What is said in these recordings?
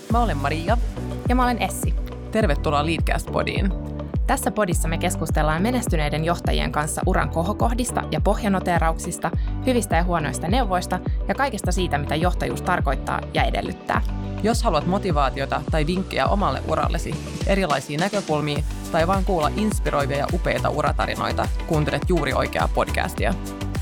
Mä olen Maria. Ja mä olen Essi. Tervetuloa Leadcast-podiin. Tässä podissa me keskustellaan menestyneiden johtajien kanssa uran kohokohdista ja pohjanoteerauksista, hyvistä ja huonoista neuvoista ja kaikesta siitä, mitä johtajuus tarkoittaa ja edellyttää. Jos haluat motivaatiota tai vinkkejä omalle urallesi, erilaisia näkökulmia tai vain kuulla inspiroivia ja upeita uratarinoita, kuuntelet juuri oikeaa podcastia.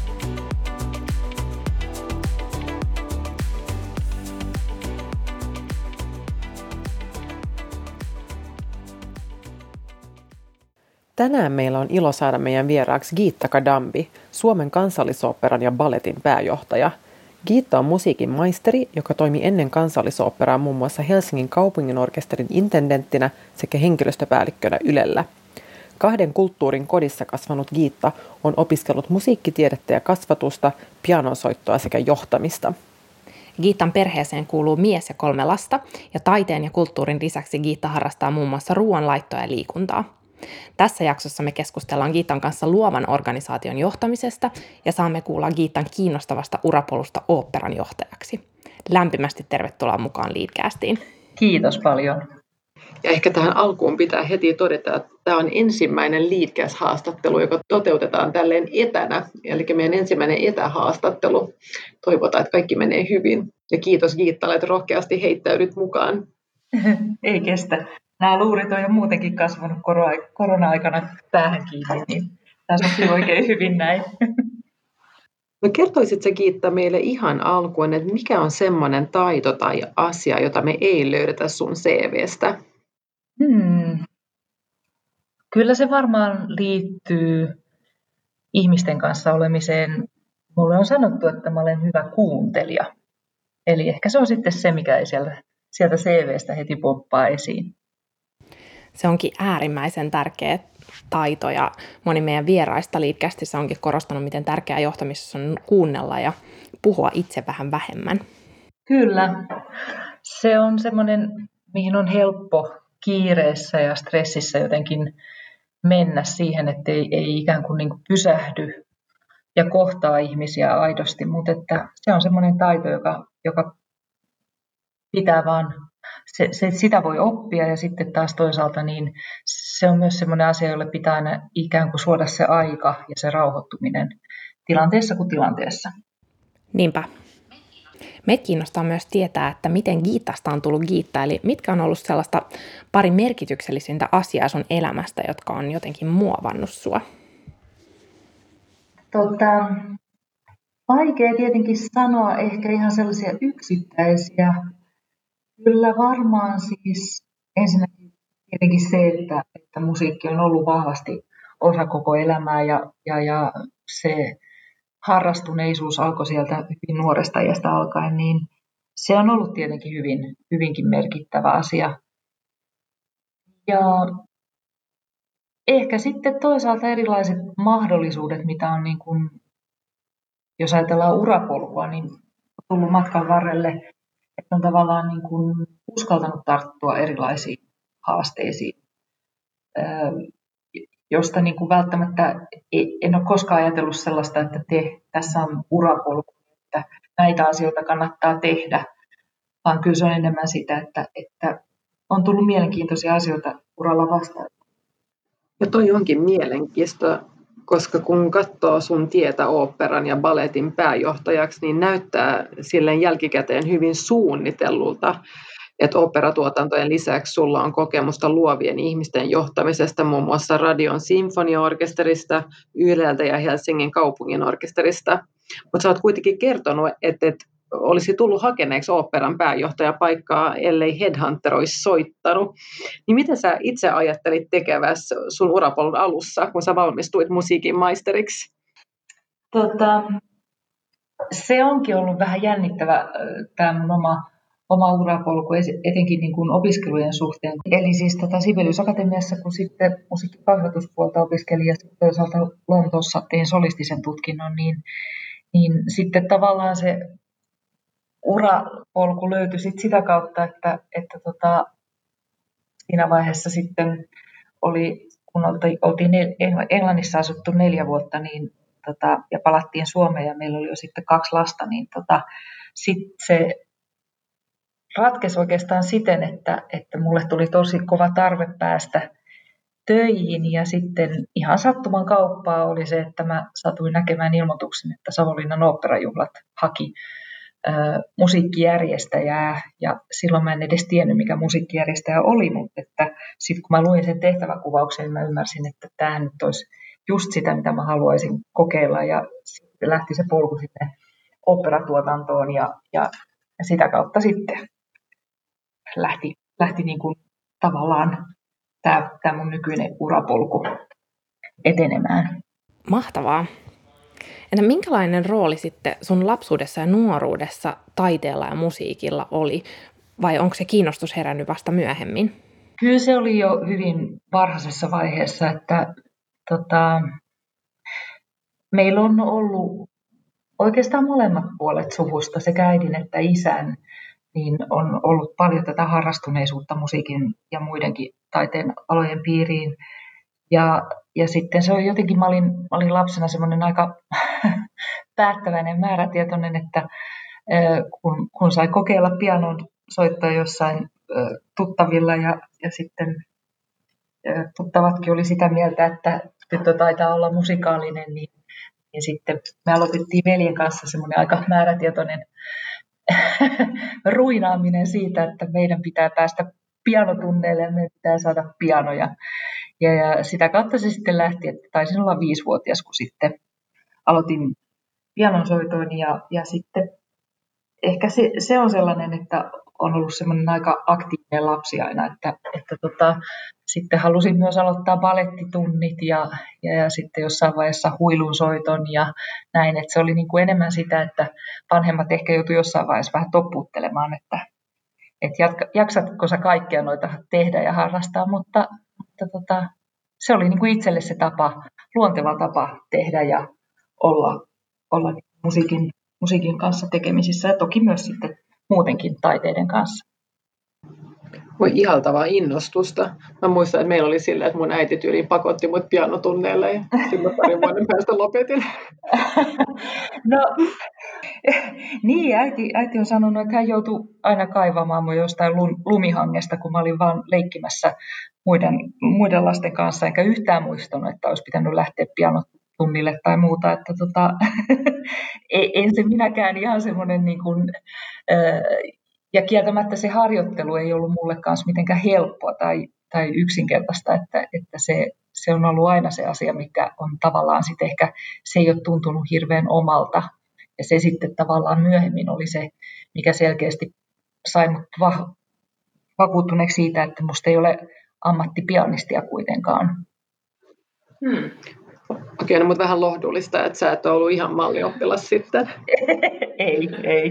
Tänään meillä on ilo saada meidän vieraaksi Giitta Kadambi, Suomen Kansallisoopperan ja balletin pääjohtaja. Giitta on musiikin maisteri, joka toimi ennen Kansallisoopperaa muun muassa Helsingin kaupunginorkesterin intendenttinä sekä henkilöstöpäällikkönä Ylellä. 2 kulttuurin kodissa kasvanut Giitta on opiskellut musiikkitiedettä ja kasvatusta, pianonsoittoa sekä johtamista. Giittan perheeseen kuuluu mies ja 3 lasta, ja taiteen ja kulttuurin lisäksi Giitta harrastaa muun muassa ruoanlaittoa ja liikuntaa. Tässä jaksossa me keskustellaan Giittan kanssa luovan organisaation johtamisesta ja saamme kuulla Giittan kiinnostavasta urapolusta oopperan johtajaksi. Lämpimästi tervetuloa mukaan Leadcastiin. Kiitos paljon. Ja ehkä tähän alkuun pitää heti todeta, että tämä on ensimmäinen Leadcast-haastattelu, joka toteutetaan tälleen etänä. Eli meidän ensimmäinen etähaastattelu. Toivotaan, että kaikki menee hyvin. Ja kiitos Giittalle, että rohkeasti heittäydyt mukaan. Ei kestä. Nämä luurit on jo muutenkin kasvanut korona-aikana päähän kiinni, niin tämä sopii oikein hyvin näin. No kertoisitko Giitta meille ihan alkuun, että mikä on semmoinen taito tai asia, jota me ei löydetä sun CV:stä? Kyllä se varmaan liittyy ihmisten kanssa olemiseen. Mulle on sanottu, että mä olen hyvä kuuntelija. Eli ehkä se on sitten se, mikä ei sieltä CV:stä heti poppaa esiin. Se onkin äärimmäisen tärkeä taito ja moni meidän vieraista Leadcastissa onkin korostanut, miten tärkeää johtamisessa on kuunnella ja puhua itse vähän vähemmän. Kyllä. Se on semmoinen, mihin on helppo kiireessä ja stressissä jotenkin mennä siihen, että ei ikään kuin, pysähdy ja kohtaa ihmisiä aidosti, mutta että se on semmoinen taito, joka pitää vaan, sitä voi oppia ja sitten taas toisaalta niin se on myös semmoinen asia, jolle pitää aina ikään kuin suoda se aika ja se rauhoittuminen tilanteessa kuin tilanteessa. Niinpä. Me kiinnostaa myös tietää, että miten Giittasta on tullut Giitta, eli mitkä on ollut sellaista pari merkityksellisintä asiaa sun elämästä, jotka on jotenkin muovannut sua? Vaikea tietenkin sanoa ehkä ihan sellaisia yksittäisiä. Kyllä varmaan siis ensinnäkin tietenkin se, että musiikki on ollut vahvasti osa koko elämää ja se harrastuneisuus alkoi sieltä hyvin nuoresta iästä alkaen, niin se on ollut tietenkin hyvinkin merkittävä asia. Ja ehkä sitten toisaalta erilaiset mahdollisuudet, mitä on niin kuin, jos ajatellaan urapolkua, niin on tullut matkan varrelle, että on tavallaan niin kuin uskaltanut tarttua erilaisiin haasteisiin, josta niin kuin välttämättä en ole koskaan ajatellut sellaista, että tässä on urapolku, että näitä asioita kannattaa tehdä, vaan kyllä se on enemmän sitä, että on tullut mielenkiintoisia asioita uralla vastaan. Ja toi onkin mielenkiintoista, koska kun katsoo sun tietä oopperan ja balletin pääjohtajaksi, niin näyttää silleen jälkikäteen hyvin suunnitellulta, että oopperatuotantojen lisäksi sulla on kokemusta luovien ihmisten johtamisesta, muun muassa Radion sinfoniaorkesterista, Yleltä ja Helsingin kaupunginorkesterista. Mutta sä oot kuitenkin kertonut, että olisi tullut hakeneeksi oopperan pääjohtajapaikkaa, ellei Headhunter olisi soittanut. Niin mitä sä itse ajattelit tekevässä sun urapolun alussa, kun sä valmistuit musiikin maisteriksi? Se onkin ollut vähän jännittävä tämä mun oma urapolku, etenkin niin kuin opiskelujen suhteen. Eli siis Sibelius Akatemiassa, kun sitten musiikkikasvatuspuolta opiskelin ja toisaalta Lontoossa tein solistisen tutkinnon, niin sitten tavallaan se urapolku löytyi sitä kautta, että siinä vaiheessa sitten kun oltiin Englannissa asuttu 4 vuotta ja palattiin Suomeen ja meillä oli jo sitten 2 lasta, niin sitten se ratkesi oikeastaan siten, että mulle tuli tosi kova tarve päästä töihin ja sitten ihan sattuman kauppaa oli se, että mä satuin näkemään ilmoituksen, että Savonlinnan oopperajuhlat haki musiikkijärjestäjää ja silloin mä en edes tiennyt, mikä musiikkijärjestäjä oli, mutta että sitten kun mä luin sen tehtäväkuvauksen, niin mä ymmärsin, että tämä nyt olisi just sitä, mitä mä haluaisin kokeilla ja sitten lähti se polku sinne oopperatuotantoon ja sitä kautta sitten lähti niin kuin tavallaan tämä mun nykyinen urapolku etenemään. Mahtavaa. Entä minkälainen rooli sitten sun lapsuudessa ja nuoruudessa taiteella ja musiikilla oli, vai onko se kiinnostus herännyt vasta myöhemmin? Kyllä se oli jo hyvin varhaisessa vaiheessa, että meillä on ollut oikeastaan molemmat puolet suvusta, sekä äidin että isän, niin on ollut paljon tätä harrastuneisuutta musiikin ja muidenkin taiteen alojen piiriin. Ja sitten se on jotenkin, mä olin lapsena semmoinen aika päättäväinen, määrätietoinen, että kun sai kokeilla pianon soittaa jossain tuttavilla ja sitten tuttavatkin oli sitä mieltä, että tyttö taitaa olla musikaalinen, niin sitten me aloitettiin veljen kanssa semmoinen aika määrätietoinen ruinaaminen siitä, että meidän pitää päästä pianotunneille ja meidän pitää saada pianoja. Ja sitä kautta se sitten lähti, että taisin olla 5-vuotias, kun sitten aloitin pianonsoitoin ja sitten ehkä se on sellainen, että on ollut semmoinen aika aktiivinen lapsi aina, että sitten halusin myös aloittaa balettitunnit ja sitten jossain vaiheessa huilunsoiton ja näin, että se oli niin kuin enemmän sitä, että vanhemmat ehkä joutui jossain vaiheessa vähän toppuuttelemaan, että jaksatko sä kaikkea noita tehdä ja harrastaa, mutta se oli niin kuin itselle se luonteva tapa tehdä ja olla musiikin kanssa tekemisissä ja toki myös sitten muutenkin taiteiden kanssa. Voi ihaltavaa innostusta. Mä muistan, että meillä oli silleen, että mun äiti tyyliin pakotti mut pianotunneille ja sitten parin vuoden päästä lopetin. No, niin, äiti on sanonut, että hän joutui aina kaivamaan mun jostain lumihangesta, kun mä olin vaan leikkimässä muiden lasten kanssa, enkä yhtään muistanut, että olisi pitänyt lähteä pianotunnille tai muuta. Että en se minäkään ihan semmoinen, niin kuin, ja kieltämättä se harjoittelu ei ollut mulle kanssa mitenkään helppoa tai yksinkertaista, että se on ollut aina se asia, mikä on tavallaan sitten ehkä, se ei ole tuntunut hirveän omalta. Ja se sitten tavallaan myöhemmin oli se, mikä selkeästi sai mut vakuuttuneeksi siitä, että musta ei ole ammattipianistia kuitenkaan. Okei, no mutta vähän lohdullista, että sä et ole ollut ihan mallioppilas sitten. Ei.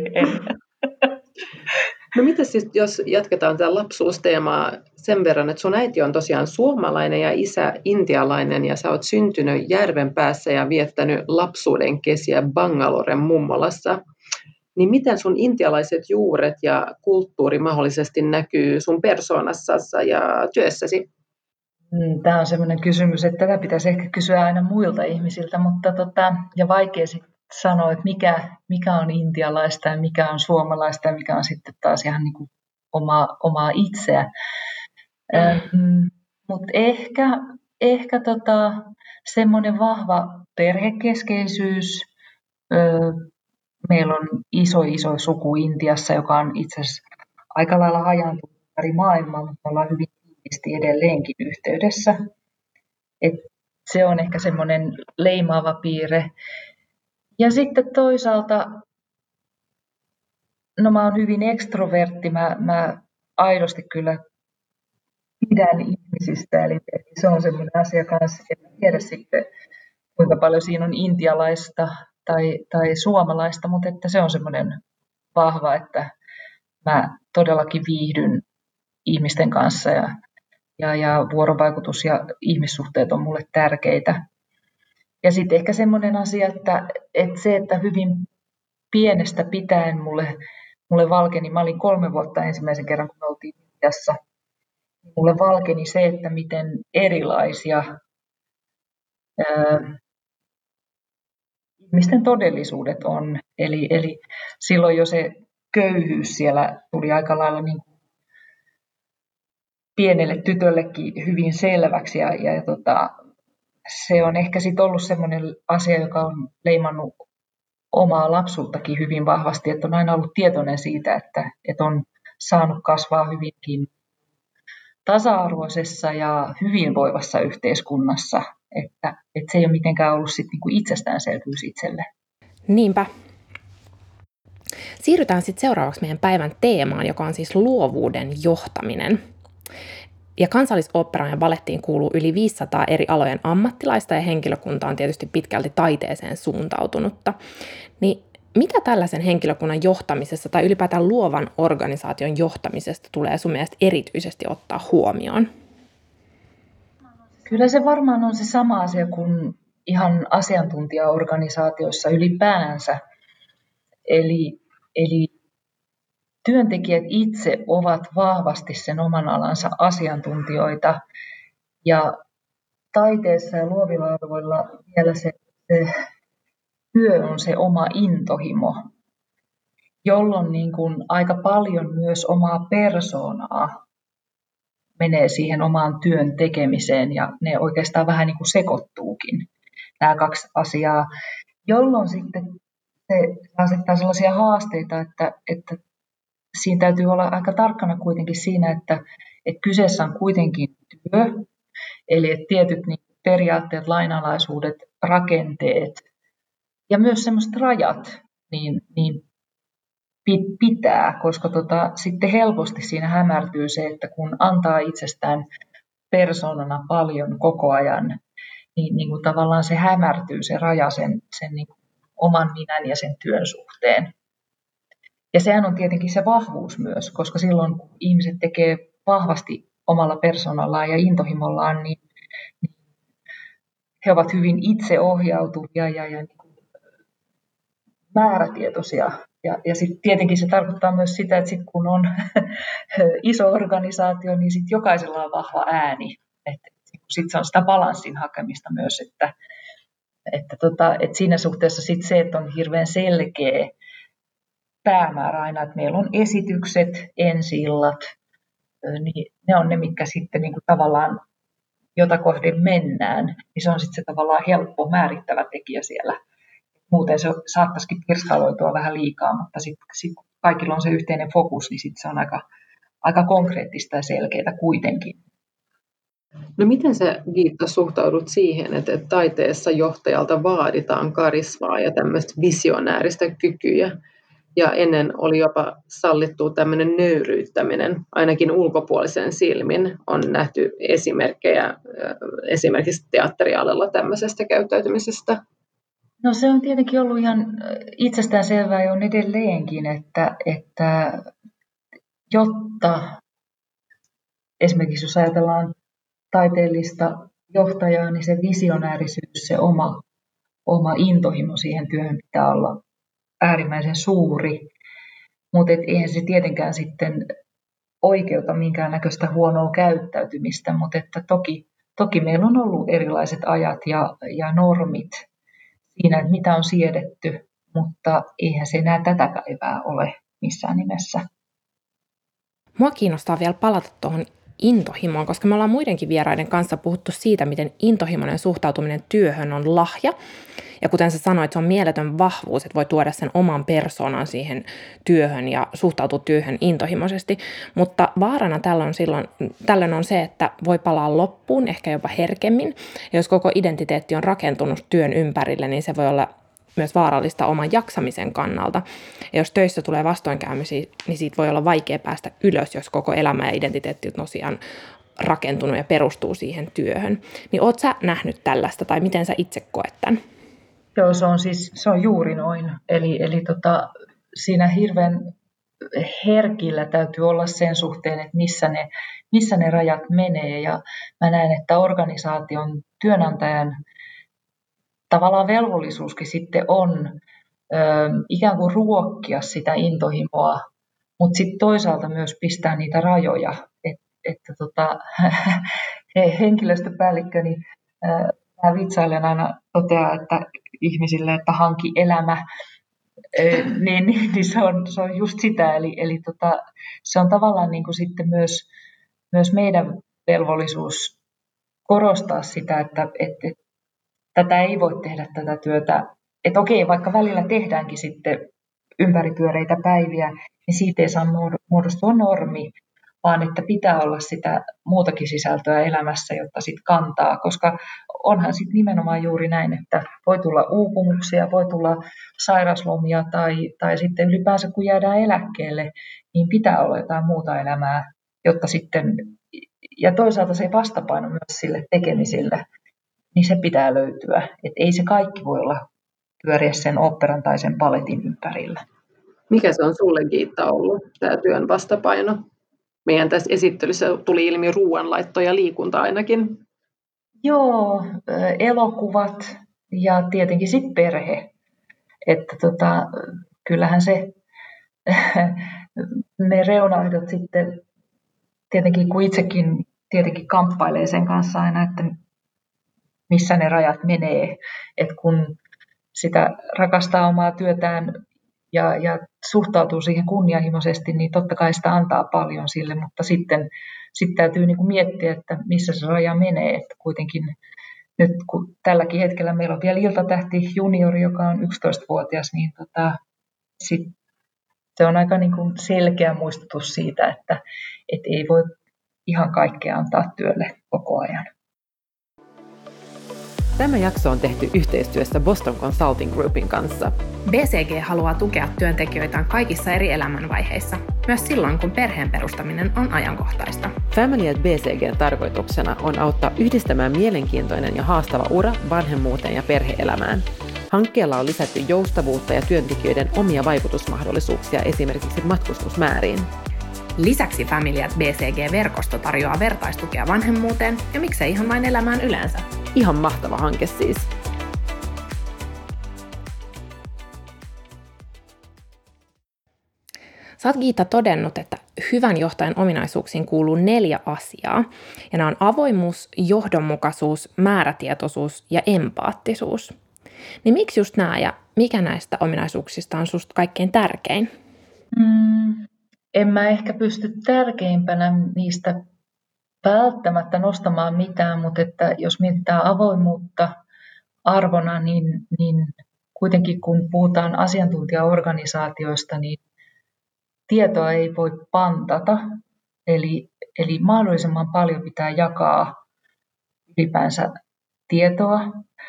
No mitä siis, jos jatketaan tätä lapsuusteemaa sen verran, että sun äiti on tosiaan suomalainen ja isä intialainen ja sä oot syntynyt Järvenpäässä ja viettänyt lapsuuden kesiä Bangaloren mummolassa. Niin miten sun intialaiset juuret ja kulttuuri mahdollisesti näkyy sun persoonassasi ja työssäsi? Tämä on sellainen kysymys, että tätä pitäisi ehkä kysyä aina muilta ihmisiltä, mutta ja vaikea sitten sanoa, että mikä on intialaista ja mikä on suomalaista ja mikä on sitten taas ihan niin kuin omaa itseä. Mutta ehkä semmoinen vahva perhekeskeisyys. Meillä on iso suku Intiassa, joka on itse asiassa aika lailla hajaantunut ympäri maailmaa, mutta me ollaan hyvin tiiviisti edelleenkin yhteydessä. Et se on ehkä semmoinen leimaava piirre. Ja sitten toisaalta, no mä oon hyvin ekstrovertti, mä aidosti kyllä pidän ihmisistä, eli se on semmoinen asia kanssa, en tiedä sitten kuinka paljon siinä on intialaista tai suomalaista, mutta että se on semmoinen vahva, että mä todellakin viihdyn ihmisten kanssa ja vuorovaikutus ja ihmissuhteet on mulle tärkeitä. Ja sitten ehkä semmoinen asia, että hyvin pienestä pitäen mulle valkeni, mä olin 3 vuotta ensimmäisen kerran, kun me oltiin Intiassa, mulle valkeni se, että miten erilaisia ihmisten todellisuudet on. Eli silloin jo se köyhyys siellä tuli aika lailla niin kuin pienelle tytöllekin hyvin selväksi. Ja se on ehkä sitten ollut sellainen asia, joka on leimannut omaa lapsuuttakin hyvin vahvasti, että on aina ollut tietoinen siitä, että on saanut kasvaa hyvinkin tasa-arvoisessa ja hyvinvoivassa yhteiskunnassa, että se ei ole mitenkään ollut sit niinku itsestäänselvyys itselle. Niinpä. Siirrytään sitten seuraavaksi meidän päivän teemaan, joka on siis luovuuden johtaminen. Ja Kansallisoopperaan ja balettiin kuuluu yli 500 eri alojen ammattilaista ja henkilökunta on tietysti pitkälti taiteeseen suuntautunutta. Niin mitä tällaisen henkilökunnan johtamisessa tai ylipäätään luovan organisaation johtamisesta tulee sun mielestä erityisesti ottaa huomioon? Kyllä se varmaan on se sama asia kuin ihan asiantuntijaorganisaatioissa ylipäänsä. Eli työntekijät itse ovat vahvasti sen oman alansa asiantuntijoita ja taiteessa ja luovilla arvoilla vielä se työ on se oma intohimo, jolloin niin kuin aika paljon myös omaa persoonaa menee siihen omaan työn tekemiseen ja ne oikeastaan vähän niin kuin sekoittuukin, nämä kaksi asiaa, jolloin sitten se asettaa sellaisia haasteita, että siinä täytyy olla aika tarkkana kuitenkin siinä, että kyseessä on kuitenkin työ, eli että tietyt niin periaatteet, lainalaisuudet, rakenteet ja myös semmoiset rajat niin pitää, koska sitten helposti siinä hämärtyy se, että kun antaa itsestään persoonana paljon koko ajan, niin kuin tavallaan se hämärtyy se raja sen niin kuin oman minän ja sen työn suhteen. Ja sehän on tietenkin se vahvuus myös, koska silloin kun ihmiset tekee vahvasti omalla persoonallaan ja intohimollaan, niin he ovat hyvin itseohjautuvia ja niin kuin määrätietoisia. Ja sitten tietenkin se tarkoittaa myös sitä, että sit kun on iso organisaatio, niin sitten jokaisella on vahva ääni. Sitten se on sitä balanssin hakemista myös, että siinä suhteessa sit se, että on hirveän selkeä päämäärä aina, että meillä on esitykset, ensi-illat, niin ne on ne, mitkä sitten niin kuin tavallaan jota kohden mennään, niin se on sitten se tavallaan helppo määrittävä tekijä siellä. Muuten se saattaisikin pirstaloitua vähän liikaa, mutta sitten kun kaikilla on se yhteinen fokus, niin sitten se on aika konkreettista ja selkeää kuitenkin. No miten sä, Giitta, suhtaudut siihen, että taiteessa johtajalta vaaditaan karismaa ja tämmöistä visionääristä kykyä? Ja ennen oli jopa sallittu tämmöinen nöyryyttäminen, ainakin ulkopuolisen silmin on nähty esimerkkejä esimerkiksi teatterialalla tämmöisestä käyttäytymisestä. No se on tietenkin ollut ihan itsestään selvää ja on edelleenkin, että jotta esimerkiksi jos ajatellaan taiteellista johtajaa, niin se visionäärisyys, se oma intohimo siihen työhön pitää olla äärimmäisen suuri, mutta eihän se tietenkään sitten oikeuta minkäännäköistä huonoa käyttäytymistä, mutta että toki meillä on ollut erilaiset ajat ja normit siinä, että mitä on siedetty, mutta eihän se enää tätä päivää ole missään nimessä. Mua kiinnostaa vielä palata tuohon intohimoon, koska me ollaan muidenkin vieraiden kanssa puhuttu siitä, miten intohimoinen suhtautuminen työhön on lahja. Ja kuten sä sanoit, se on mieletön vahvuus, että voi tuoda sen oman persoonan siihen työhön ja suhtautua työhön intohimoisesti. Mutta vaarana tällöin on se, että voi palaa loppuun, ehkä jopa herkemmin. Ja jos koko identiteetti on rakentunut työn ympärille, niin se voi olla myös vaarallista oman jaksamisen kannalta. Ja jos töissä tulee vastoinkäymisiä, niin siitä voi olla vaikea päästä ylös, jos koko elämä ja identiteetti on tosiaan rakentunut ja perustuu siihen työhön. Niin oot sä nähnyt tällaista tai miten sä itse koet tämän? Joo, se on juuri noin. Eli siinä hirveän herkillä täytyy olla sen suhteen, että missä ne rajat menee. Ja mä näen, että organisaation työnantajan tavallaan velvollisuuskin sitten on ikään kuin ruokkia sitä intohimoa, mutta sitten toisaalta myös pistää niitä rajoja. Henkilöstöpäällikköni mä vitsailen aina toteaa, että ihmisille, että hanki elämä, niin se on just sitä. Eli se on tavallaan niin kuin sitten myös meidän velvollisuus korostaa sitä, että tätä ei voi tehdä tätä työtä. Että okei, vaikka välillä tehdäänkin sitten ympäripyöreitä päiviä, niin siitä ei saa muodostua normi, vaan että pitää olla sitä muutakin sisältöä elämässä, jotta sitten kantaa, koska onhan sitten nimenomaan juuri näin, että voi tulla uupumuksia, voi tulla sairaslomia tai sitten ylipäänsä kun jäädään eläkkeelle, niin pitää olla jotain muuta elämää, jotta sitten, ja toisaalta se vastapaino myös sille tekemiselle, niin se pitää löytyä, että ei se kaikki voi olla pyöriä sen oopperan tai sen baletin ympärillä. Mikä se on sulle, Giitta, ollut tämä työn vastapaino? Meidän tässä esittelyssä tuli ilmi ruoanlaitto ja liikunta ainakin. Joo, elokuvat ja tietenkin sitten perhe. Että kyllähän se, ne reunaehdot sitten, tietenkin kun itsekin tietenkin kamppailee sen kanssa aina, että missä ne rajat menee. Että kun sitä rakastaa omaa työtään ja suhtautuu siihen kunnianhimoisesti, niin totta kai sitä antaa paljon sille, mutta sitten täytyy niin kuin miettiä, että missä se raja menee. Että kuitenkin nyt kun tälläkin hetkellä meillä on vielä Iltatähti juniori, joka on 11-vuotias, niin se on aika niin kuin selkeä muistutus siitä, että ei voi ihan kaikkea antaa työlle koko ajan. Tämä jakso on tehty yhteistyössä Boston Consulting Groupin kanssa. BCG haluaa tukea työntekijöitään kaikissa eri elämänvaiheissa, myös silloin, kun perheen perustaminen on ajankohtaista. Family at BCG:n tarkoituksena on auttaa yhdistämään mielenkiintoinen ja haastava ura vanhemmuuteen ja perhe-elämään. Hankkeella on lisätty joustavuutta ja työntekijöiden omia vaikutusmahdollisuuksia esimerkiksi matkustusmääriin. Lisäksi Family at BCG-verkosto tarjoaa vertaistukea vanhemmuuteen ja miksei ihan vain elämään yleensä. Ihan mahtava hanke siis. Sä oot, Giitta, todennut, että hyvän johtajan ominaisuuksiin kuuluu 4 asiaa. Ja nämä on avoimuus, johdonmukaisuus, määrätietoisuus ja empaattisuus. Niin miksi just nämä ja mikä näistä ominaisuuksista on susta kaikkein tärkein? En mä ehkä pysty tärkeimpänä niistä välttämättä nostamaan mitään, mutta että jos mietitään avoimuutta arvona, niin kuitenkin kun puhutaan asiantuntijaorganisaatioista, niin tietoa ei voi pantata. Eli mahdollisimman paljon pitää jakaa ylipäänsä tietoa,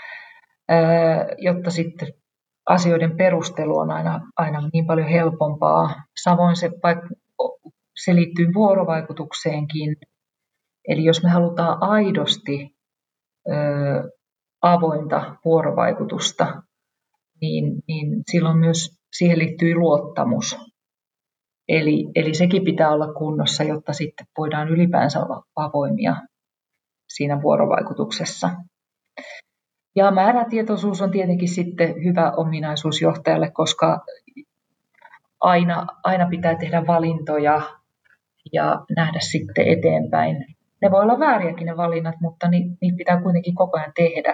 jotta sitten asioiden perustelu on aina niin paljon helpompaa. Samoin se liittyy vuorovaikutukseenkin. Eli jos me halutaan aidosti avointa vuorovaikutusta, niin silloin myös siihen liittyy luottamus. Eli sekin pitää olla kunnossa, jotta sitten voidaan ylipäänsä olla avoimia siinä vuorovaikutuksessa. Ja määrätietoisuus on tietenkin sitten hyvä ominaisuus johtajalle, koska aina pitää tehdä valintoja ja nähdä sitten eteenpäin. Ne voi olla vääriäkin ne valinnat, mutta niitä pitää kuitenkin koko ajan tehdä.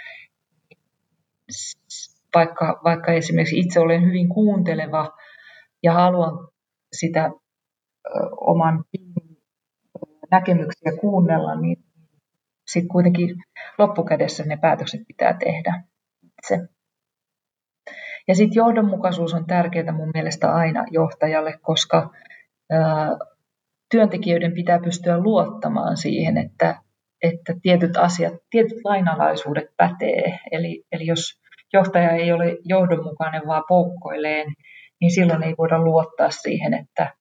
Vaikka esimerkiksi itse olen hyvin kuunteleva ja haluan sitä oman näkemyksiä kuunnella, niin sitten kuitenkin loppukädessä ne päätökset pitää tehdä itse. Ja sitten johdonmukaisuus on tärkeää mun mielestä aina johtajalle, koska työntekijöiden pitää pystyä luottamaan siihen, että tietyt asiat, tietyt lainalaisuudet pätee. Eli jos johtaja ei ole johdonmukainen, vaan poukkoilee, niin silloin ei voida luottaa siihen, että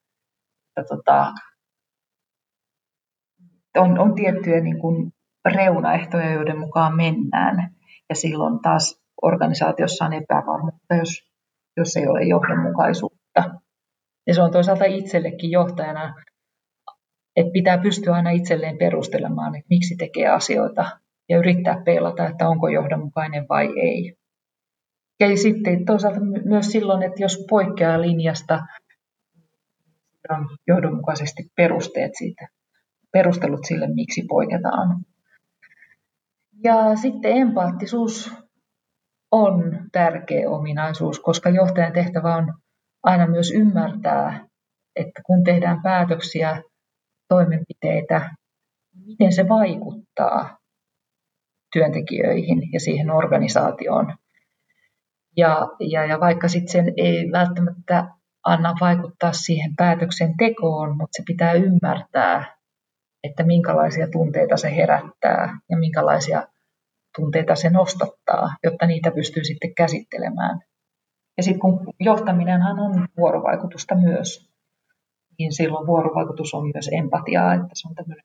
on tiettyjä niin kuin reunaehtoja, joiden mukaan mennään. Ja silloin taas organisaatiossa on epävarmuutta, jos ei ole johdonmukaisuutta. Ja se on toisaalta itsellekin johtajana, että pitää pystyä aina itselleen perustelemaan, että miksi tekee asioita ja yrittää peilata, että onko johdonmukainen vai ei. Ja sitten toisaalta myös silloin, että jos poikkeaa linjasta, on johdonmukaisesti perustelut sille, miksi poiketaan. Ja sitten empaattisuus on tärkeä ominaisuus, koska johtajan tehtävä on aina myös ymmärtää, että kun tehdään päätöksiä, toimenpiteitä, miten se vaikuttaa työntekijöihin ja siihen organisaatioon. Ja vaikka sitten sen ei välttämättä anna vaikuttaa siihen päätöksentekoon, mutta se pitää ymmärtää, että minkälaisia tunteita se herättää ja minkälaisia tunteita se nostattaa, jotta niitä pystyy sitten käsittelemään. Ja sitten kun johtaminenhan on vuorovaikutusta myös, niin silloin vuorovaikutus on myös empatiaa, että se on tämmöinen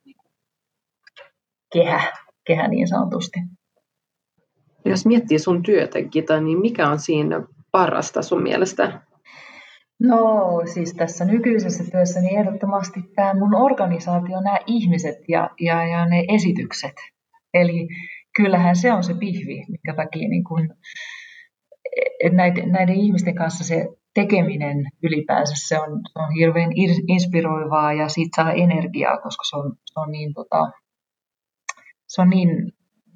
kehä niin sanotusti. Jos miettii sun työtä, Gita, niin mikä on siinä parasta sun mielestä? No siis tässä nykyisessä työssä niin ehdottomasti tämä mun organisaatio, nämä ihmiset ja ne esitykset. Eli kyllähän se on se pihvi, minkä takia niin kun, näiden ihmisten kanssa se tekeminen ylipäänsä se on hirveän inspiroivaa ja siitä saa energiaa, koska se on niin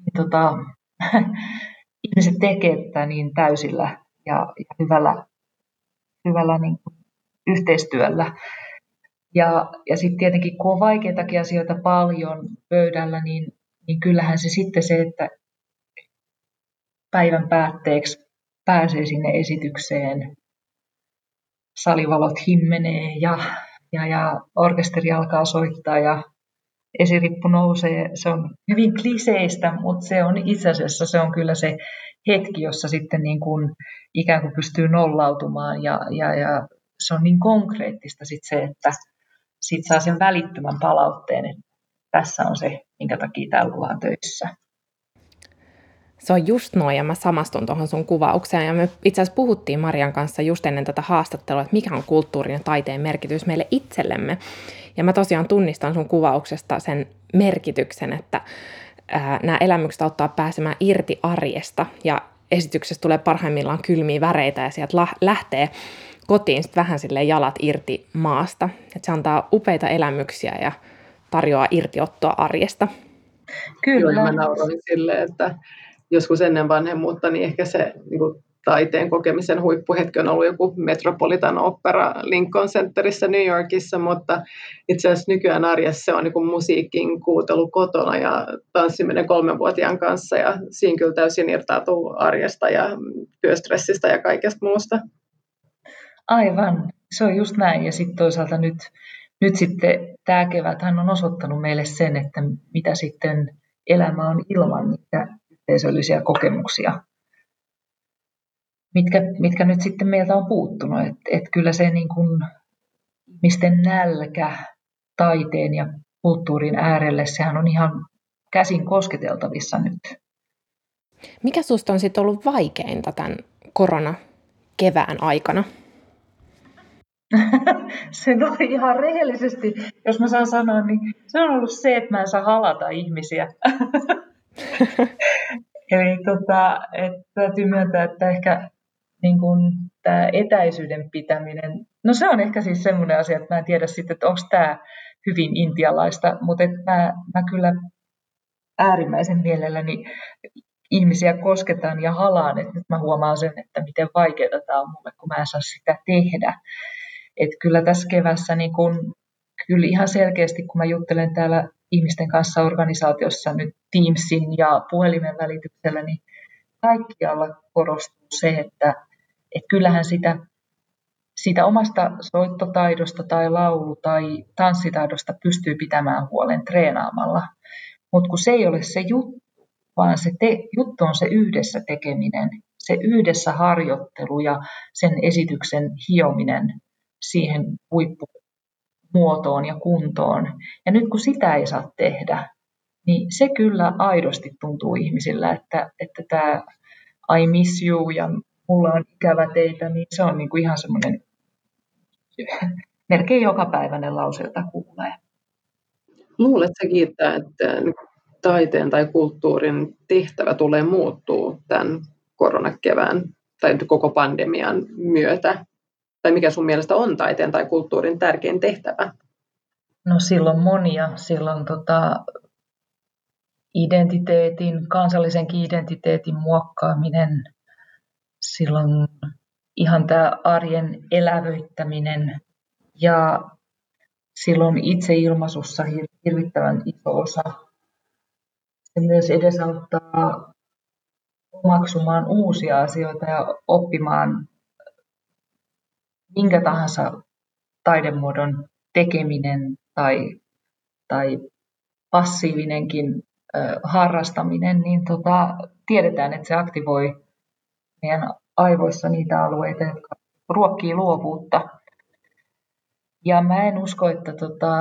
ihmiset tekee tätä niin täysillä ja hyvällä niin kuin yhteistyöllä. Ja sitten tietenkin, kun on vaikeitakin asioita paljon pöydällä, niin kyllähän se sitten se, että päivän päätteeksi pääsee sinne esitykseen, salivalot himmenee ja orkesteri alkaa soittaa ja esirippu nousee. Se on hyvin kliseistä, mutta se on itse asiassa se on kyllä se hetki, jossa sitten niin kuin ikään kuin pystyy nollautumaan ja se on niin konkreettista sitten se, että sit saa sen välittömän palautteen, että tässä on se, minkä takia täällä ollaan töissä. Se on just noin, ja mä samastun tuohon sun kuvaukseen, ja me itse asiassa puhuttiin Marian kanssa just ennen tätä haastattelua, että mikä on kulttuurin ja taiteen merkitys meille itsellemme. Ja mä tosiaan tunnistan sun kuvauksesta sen merkityksen, että nämä elämykset auttaa pääsemään irti arjesta, ja esityksestä tulee parhaimmillaan kylmiä väreitä, ja sieltä lähtee kotiin sitten vähän silleen jalat irti maasta. Että se antaa upeita elämyksiä ja tarjoaa irtiottoa arjesta. Kyllä. Joo, mä nauroin silleen, että joskus ennen vanhemmuutta, niin ehkä se niin kuin taiteen kokemisen huippuhetki on ollut joku Metropolitan Opera Lincoln Centerissä New Yorkissa, mutta itse asiassa nykyään arjessa se on niin kuin musiikin kuuntelu kotona ja tanssiminen 3-vuotiaan kanssa, ja siinä kyllä täysin irtautuu arjesta ja työstressistä ja kaikesta muusta. Aivan, se on just näin, ja sitten toisaalta nyt sitten tämä keväthän on osoittanut meille sen, että mitä sitten elämä on ilman niitä yhteisöllisiä kokemuksia, mitkä nyt sitten meiltä on puuttunut. Et kyllä se niin kuin ihmisten nälkä taiteen ja kulttuurin äärelle, sehän on ihan käsin kosketeltavissa nyt. Mikä susta on sitten ollut vaikeinta tämän koronakevään aikana? Se on ihan rehellisesti, jos mä saan sanoa, niin se on ollut se, että mä en saa halata ihmisiä. Eli täytyy myöntää, että ehkä niin kun tämä etäisyyden pitäminen, no se on ehkä siis semmoinen asia, että mä en tiedä sitten, että onko tämä hyvin intialaista, mutta mä kyllä äärimmäisen mielelläni ihmisiä kosketan ja halaan, että nyt mä huomaan sen, että miten vaikeaa tämä on mulle, kun mä en saa sitä tehdä. Että kyllä tässä kevässä niin kun, kyllä ihan selkeästi, kun mä juttelen täällä ihmisten kanssa organisaatiossa nyt Teamsin ja puhelimen välityksellä, niin kaikkialla korostuu se, että kyllähän sitä omasta soittotaidosta tai laulu- tai tanssitaidosta pystyy pitämään huolen treenaamalla. Mutta kun se ei ole se juttu, vaan se juttu on se yhdessä tekeminen, se yhdessä harjoittelu ja sen esityksen hiominen siihen huippumuotoon ja kuntoon. Ja nyt kun sitä ei saa tehdä, niin se kyllä aidosti tuntuu ihmisillä, että tämä I miss you ja mulla on ikävä teitä, niin se on niinku ihan semmoinen melkein jokapäiväinen lause, jota kuulee. Luuletko, Gita, että taiteen tai kulttuurin tehtävä tulee muuttuu tämän koronakevään tai koko pandemian myötä? Tai mikä sun mielestä on taiteen tai kulttuurin tärkein tehtävä? No silloin monia. Silloin identiteetin, kansallisenkin identiteetin muokkaaminen, silloin ihan tämä arjen elävöittäminen ja silloin itseilmaisussa hirvittävän iso osa. Se myös edesauttaa omaksumaan uusia asioita ja oppimaan minkä tahansa taidemuodon tekeminen tai passiivinenkin harrastaminen, niin tiedetään, että se aktivoi meidän aivoissa niitä alueita, jotka ruokkii luovuutta. Ja mä en usko, että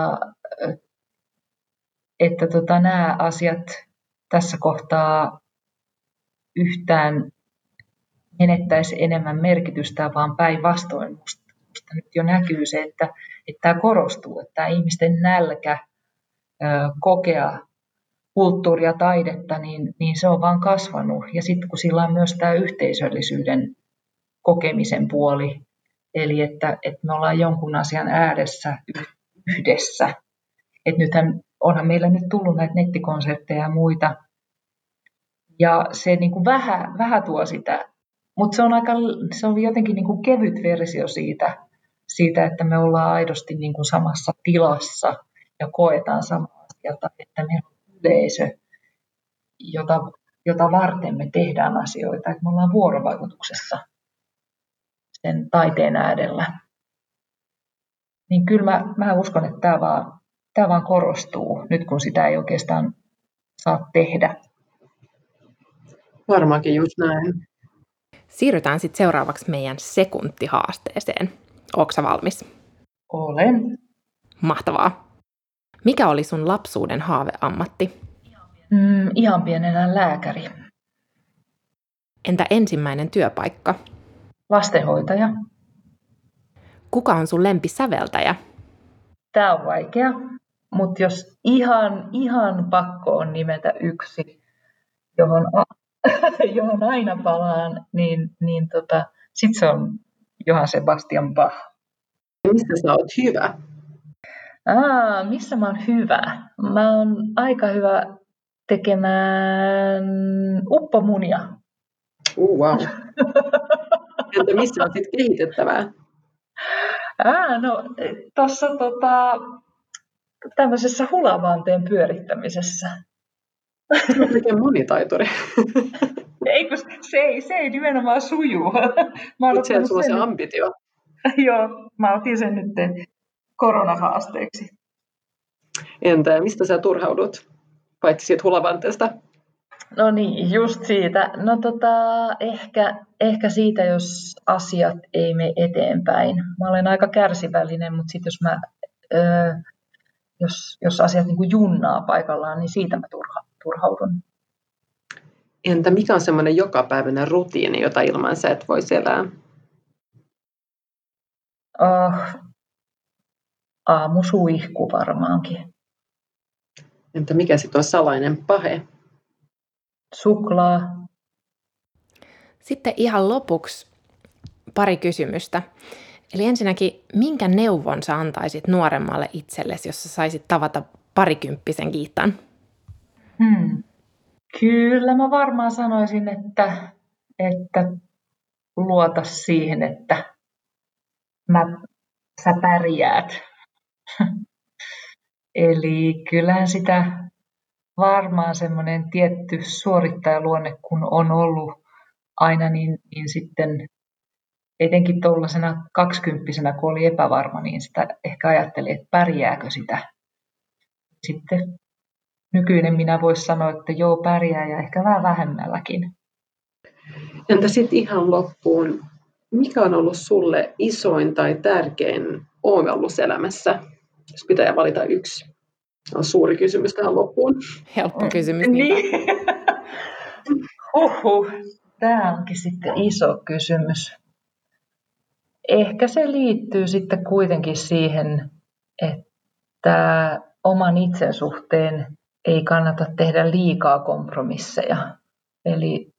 nämä asiat tässä kohtaa yhtään menettäisi enemmän merkitystä, vaan päinvastoin musta nyt jo näkyy se, että tämä korostuu, että tämä ihmisten nälkä kokea kulttuuria ja taidetta, niin se on vaan kasvanut. Ja sitten kun sillä on myös tämä yhteisöllisyyden kokemisen puoli, eli että me ollaan jonkun asian ääressä yhdessä. Että nythän onhan meillä nyt tullut näitä nettikonsertteja ja muita, ja se niin kuin vähän tuo sitä, mutta se on jotenkin niin kuin kevyt versio siitä, että me ollaan aidosti niin kuin samassa tilassa ja koetaan samaa asiaa, että meillä on yleisö, jota varten me tehdään asioita, että me ollaan vuorovaikutuksessa sen taiteen äärellä. Niin kyllä mä uskon, että tämä vaan korostuu nyt, kun sitä ei oikeastaan saa tehdä. Varmaankin just näin. Siirrytään sitten seuraavaksi meidän sekuntihaasteeseen. Ootko sä valmis? Olen. Mahtavaa. Mikä oli sun lapsuuden haaveammatti? Ihan pienenä lääkäri. Entä ensimmäinen työpaikka? Lastenhoitaja. Kuka on sun lempisäveltäjä? Tämä on vaikea, mutta jos ihan pakko on nimetä yksi, johon aina palaan, niin sitten se on Johann Sebastian Bach. Missä sä oot hyvä? Missä mä oon hyvä? Mä oon aika hyvä tekemään uppomunia. Wow. Entä missä on sitten kehitettävää? No tuossa tämmöisessä hulavanteen pyörittämisessä. Se on oikein monitaituri. Ei, kun se ei nimenomaan sujuu. Mutta se on sulla se ambitio. Joo, mä otin sen nyt koronahaasteeksi. Entä mistä sä turhaudut, paitsi siitä hulavanteesta? No niin, just siitä. No ehkä siitä, jos asiat ei mene eteenpäin. Mä olen aika kärsivällinen, mutta sitten jos asiat niin kuin junnaa paikallaan, niin siitä mä turhaudun. Entä mikä on semmoinen jokapäiväinen rutiini, jota ilman sä et voisi elää? Aamusuihku varmaankin. Entä mikä sitten on salainen pahe? Suklaa. Sitten ihan lopuksi pari kysymystä. Eli ensinnäkin, minkä neuvon sä antaisit nuoremmalle itsellesi, jos sä saisit tavata parikymppisen Giitan? Kyllä mä varmaan sanoisin, että luota siihen, että sä pärjäät. Eli kyllähän sitä varmaan semmoinen tietty suorittajaluonne, kun on ollut aina, niin sitten etenkin tuollaisena 20-vuotiaana, kun oli epävarma, niin sitä ehkä ajatteli, että pärjääkö sitä. Sitten nykyinen minä voisi sanoa, että joo, pärjää ja ehkä vähän vähemmälläkin. Entä sitten ihan loppuun, mikä on ollut sulle isoin tai tärkein oivallus elämässä, jos pitää valita yksi? On suuri kysymys tähän loppuun. Helppo kysymys. Niin. Tämä onkin sitten iso kysymys. Ehkä se liittyy sitten kuitenkin siihen, että oman itsen suhteen ei kannata tehdä liikaa kompromisseja. Eli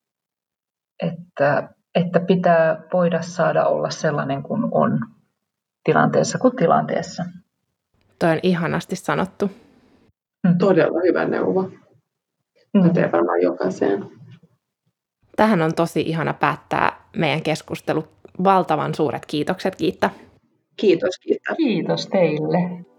että pitää voida saada olla sellainen kuin on tilanteessa kuin tilanteessa. Toi on ihanasti sanottu. Todella hyvä neuvo. Mä teen varmaan jokaiseen. Tähän on tosi ihana päättää meidän keskustelu. Valtavan suuret kiitokset, Gitta. Kiitos, Gitta. Kiitos teille.